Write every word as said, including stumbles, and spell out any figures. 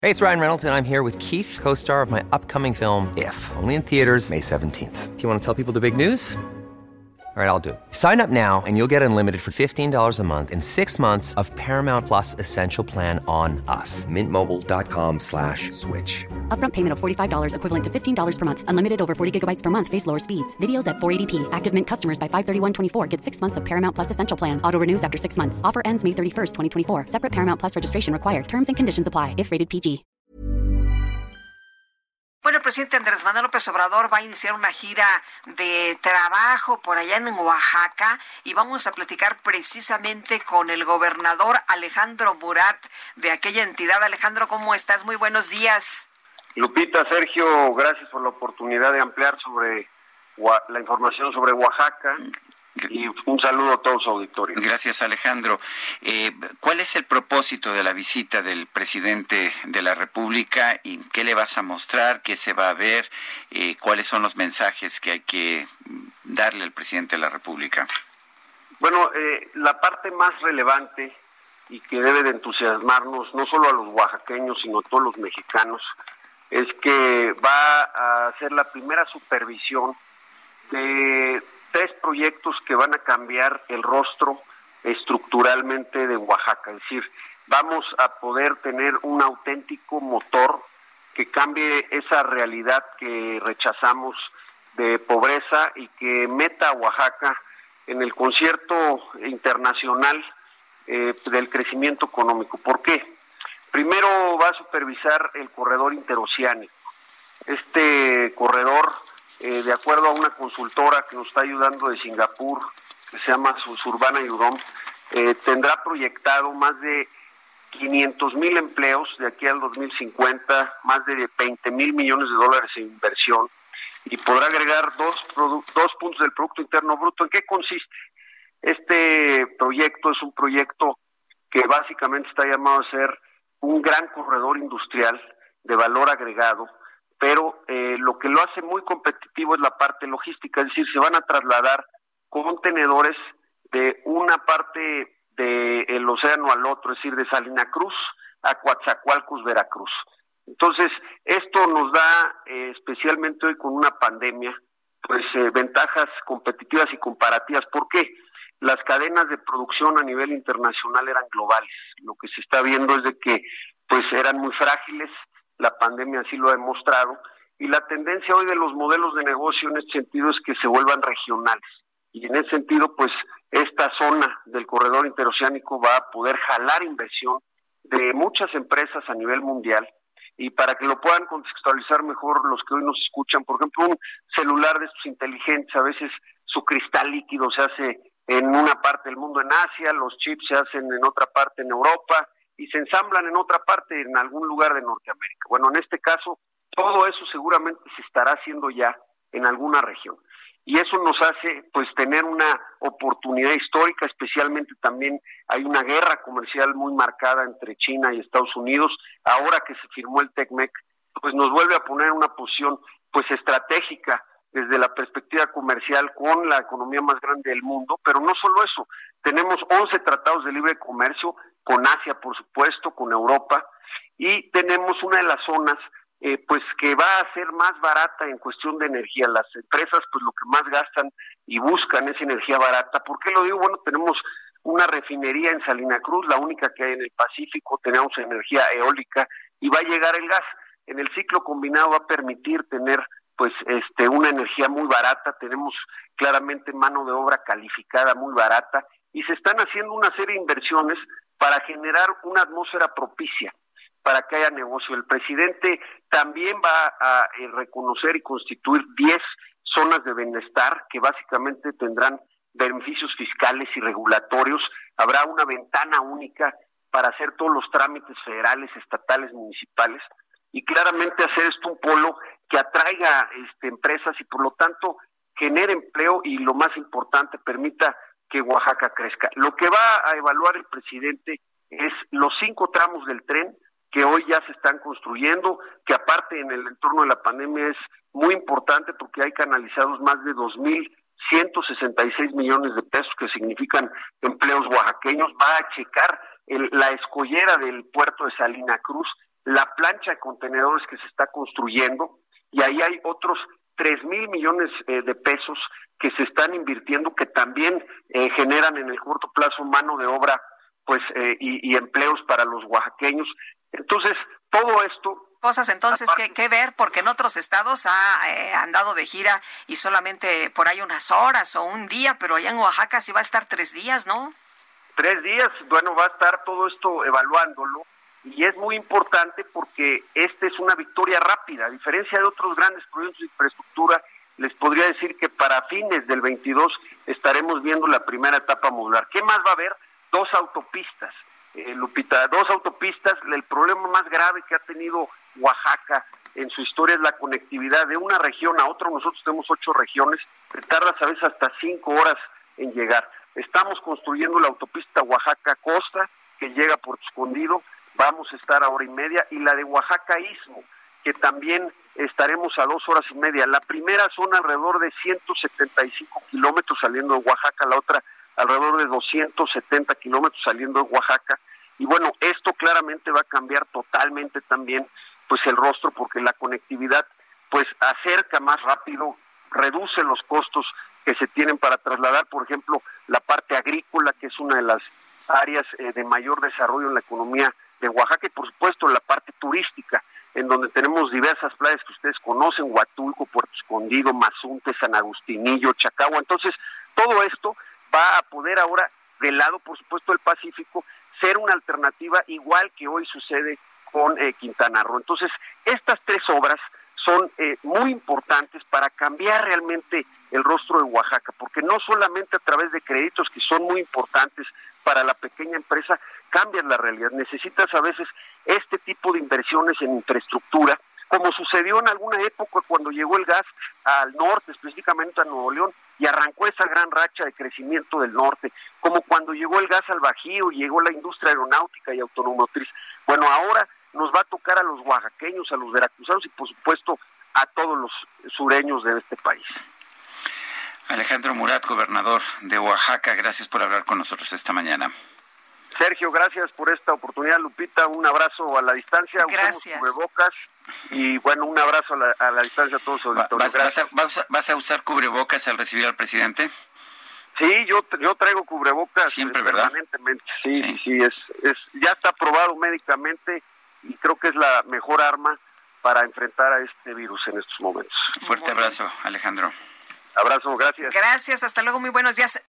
Hey, it's Ryan Reynolds, and I'm here with Keith, co-star of my upcoming film, If, only in theaters May seventeenth. Do you want to tell people the big news? All right, I'll do it. Sign up now and you'll get unlimited for fifteen dollars a month and six months of Paramount Plus Essential Plan on us. Mint Mobile dot com slash switch. Upfront payment of forty-five dollars equivalent to fifteen dollars per month. Unlimited over forty gigabytes per month. Face lower speeds. Videos at four eighty p. Active Mint customers by five thirty-one twenty-four get six months of Paramount Plus Essential Plan. Auto renews after six months. Offer ends May thirty-first, twenty twenty-four. Separate Paramount Plus registration required. Terms and conditions apply if rated P G. Bueno, el presidente Andrés Manuel López Obrador va a iniciar una gira de trabajo por allá en Oaxaca y vamos a platicar precisamente con el gobernador Alejandro Murat de aquella entidad. Alejandro, ¿cómo estás? Muy buenos días. Lupita, Sergio, gracias por la oportunidad de ampliar sobre la información sobre Oaxaca. Y un saludo a todos los auditorios. Gracias, Alejandro. Eh, ¿Cuál es el propósito de la visita del presidente de la República y qué le vas a mostrar, qué se va a ver, eh, cuáles son los mensajes que hay que darle al presidente de la República? Bueno, eh, la parte más relevante y que debe de entusiasmarnos no solo a los oaxaqueños, sino a todos los mexicanos, es que va a ser la primera supervisión de tres proyectos que van a cambiar el rostro estructuralmente de Oaxaca. Es decir, vamos a poder tener un auténtico motor que cambie esa realidad que rechazamos de pobreza y que meta a Oaxaca en el concierto internacional eh, del crecimiento económico. ¿Por qué? Primero va a supervisar el corredor interoceánico. Este corredor, Eh, de acuerdo a una consultora que nos está ayudando de Singapur, que se llama Surbana Yurom, eh, tendrá proyectado más de quinientos mil empleos de aquí al dos mil cincuenta, más de veinte mil millones de dólares en inversión, y podrá agregar dos, produ- dos puntos del Producto Interno Bruto. ¿En qué consiste? Este proyecto es un proyecto que básicamente está llamado a ser un gran corredor industrial de valor agregado, pero eh, lo que lo hace muy competitivo es la parte logística, es decir, se van a trasladar contenedores de una parte del océano al otro, es decir, de Salina Cruz a Coatzacoalcos, Veracruz. Entonces, esto nos da, eh, especialmente hoy con una pandemia, pues eh, ventajas competitivas y comparativas. ¿Por qué? Las cadenas de producción a nivel internacional eran globales. Lo que se está viendo es de que pues eran muy frágiles. La pandemia así lo ha demostrado, y la tendencia hoy de los modelos de negocio en este sentido es que se vuelvan regionales, y en ese sentido pues esta zona del corredor interoceánico va a poder jalar inversión de muchas empresas a nivel mundial. Y para que lo puedan contextualizar mejor los que hoy nos escuchan, por ejemplo, un celular de estos inteligentes, a veces su cristal líquido se hace en una parte del mundo en Asia, los chips se hacen en otra parte en Europa, y se ensamblan en otra parte, en algún lugar de Norteamérica. Bueno, en este caso, todo eso seguramente se estará haciendo ya en alguna región. Y eso nos hace, pues, tener una oportunidad histórica, especialmente también hay una guerra comercial muy marcada entre China y Estados Unidos. Ahora que se firmó el TECMEC, pues nos vuelve a poner en una posición, pues, estratégica desde la perspectiva comercial con la economía más grande del mundo, pero no solo eso, tenemos once tratados de libre comercio, con Asia, por supuesto, con Europa, y tenemos una de las zonas eh, pues que va a ser más barata en cuestión de energía. Las empresas pues lo que más gastan y buscan es energía barata. ¿Por qué lo digo? Bueno, tenemos una refinería en Salina Cruz, la única que hay en el Pacífico, tenemos energía eólica y va a llegar el gas. En el ciclo combinado va a permitir tener pues este una energía muy barata, tenemos claramente mano de obra calificada muy barata, y se están haciendo una serie de inversiones para generar una atmósfera propicia para que haya negocio. El presidente también va a eh, reconocer y constituir diez zonas de bienestar que básicamente tendrán beneficios fiscales y regulatorios. Habrá una ventana única para hacer todos los trámites federales, estatales, municipales, y claramente hacer esto un polo que atraiga este, empresas y por lo tanto genere empleo y, lo más importante, permita que Oaxaca crezca. Lo que va a evaluar el presidente es los cinco tramos del tren que hoy ya se están construyendo, que aparte en el entorno de la pandemia es muy importante porque hay canalizados más de dos mil ciento sesenta y seis millones de pesos que significan empleos oaxaqueños. Va a checar el, la escollera del puerto de Salina Cruz, la plancha de contenedores que se está construyendo, y ahí hay otros tres mil millones eh, de pesos que se están invirtiendo, que también eh, generan en el corto plazo mano de obra pues eh, y, y empleos para los oaxaqueños. Entonces, todo esto... Cosas entonces aparte, que, que ver, porque en otros estados ha eh, andado de gira y solamente por ahí unas horas o un día, pero allá en Oaxaca sí va a estar tres días, ¿no? Tres días, bueno, va a estar todo esto evaluándolo, y es muy importante porque esta es una victoria rápida. A diferencia de otros grandes proyectos de infraestructura, les podría decir que para fines del veintidós estaremos viendo la primera etapa modular. ¿Qué más va a haber? Dos autopistas, eh, Lupita, dos autopistas. El problema más grave que ha tenido Oaxaca en su historia es la conectividad de una región a otra. Nosotros tenemos ocho regiones, que tardas a veces hasta cinco horas en llegar. Estamos construyendo la autopista Oaxaca-Costa, que llega a Puerto Escondido, vamos a estar a hora y media, y la de Oaxaca-Istmo, que también estaremos a dos horas y media. La primera son alrededor de ciento setenta y cinco kilómetros saliendo de Oaxaca, la otra alrededor de doscientos setenta kilómetros saliendo de Oaxaca. Y bueno, esto claramente va a cambiar totalmente también pues el rostro, porque la conectividad pues acerca más rápido, reduce los costos que se tienen para trasladar, por ejemplo, la parte agrícola, que es una de las áreas eh, de mayor desarrollo en la economía de Oaxaca, y por supuesto la parte turística, en donde tenemos diversas playas que ustedes conocen, Huatulco, Puerto Escondido, Mazunte, San Agustinillo, Chacagua. Entonces, todo esto va a poder ahora, del lado, por supuesto, del Pacífico, ser una alternativa igual que hoy sucede con eh, Quintana Roo. Entonces, estas tres obras son eh, muy importantes para cambiar realmente el rostro de Oaxaca, porque no solamente a través de créditos, que son muy importantes para la pequeña empresa, cambian la realidad. Necesitas a veces este tipo de inversiones en infraestructura, como sucedió en alguna época cuando llegó el gas al norte, específicamente a Nuevo León, y arrancó esa gran racha de crecimiento del norte, como cuando llegó el gas al Bajío y llegó la industria aeronáutica y automotriz. Bueno, ahora nos va a tocar a los oaxaqueños, a los veracruzanos y por supuesto a todos los sureños de este país. Alejandro Murat, gobernador de Oaxaca, gracias por hablar con nosotros esta mañana. Sergio, gracias por esta oportunidad. Lupita, un abrazo a la distancia. Gracias. Usemos cubrebocas y bueno, un abrazo a la, a la distancia a todos los auditores. ¿Vas, vas, a, vas, a, ¿Vas a usar cubrebocas al recibir al presidente? Sí, yo yo traigo cubrebocas siempre, ¿verdad? Permanentemente. Sí, sí, sí, es, es ya está aprobado médicamente y creo que es la mejor arma para enfrentar a este virus en estos momentos. Fuerte abrazo, Alejandro. Abrazo, gracias. Gracias, hasta luego, muy buenos días.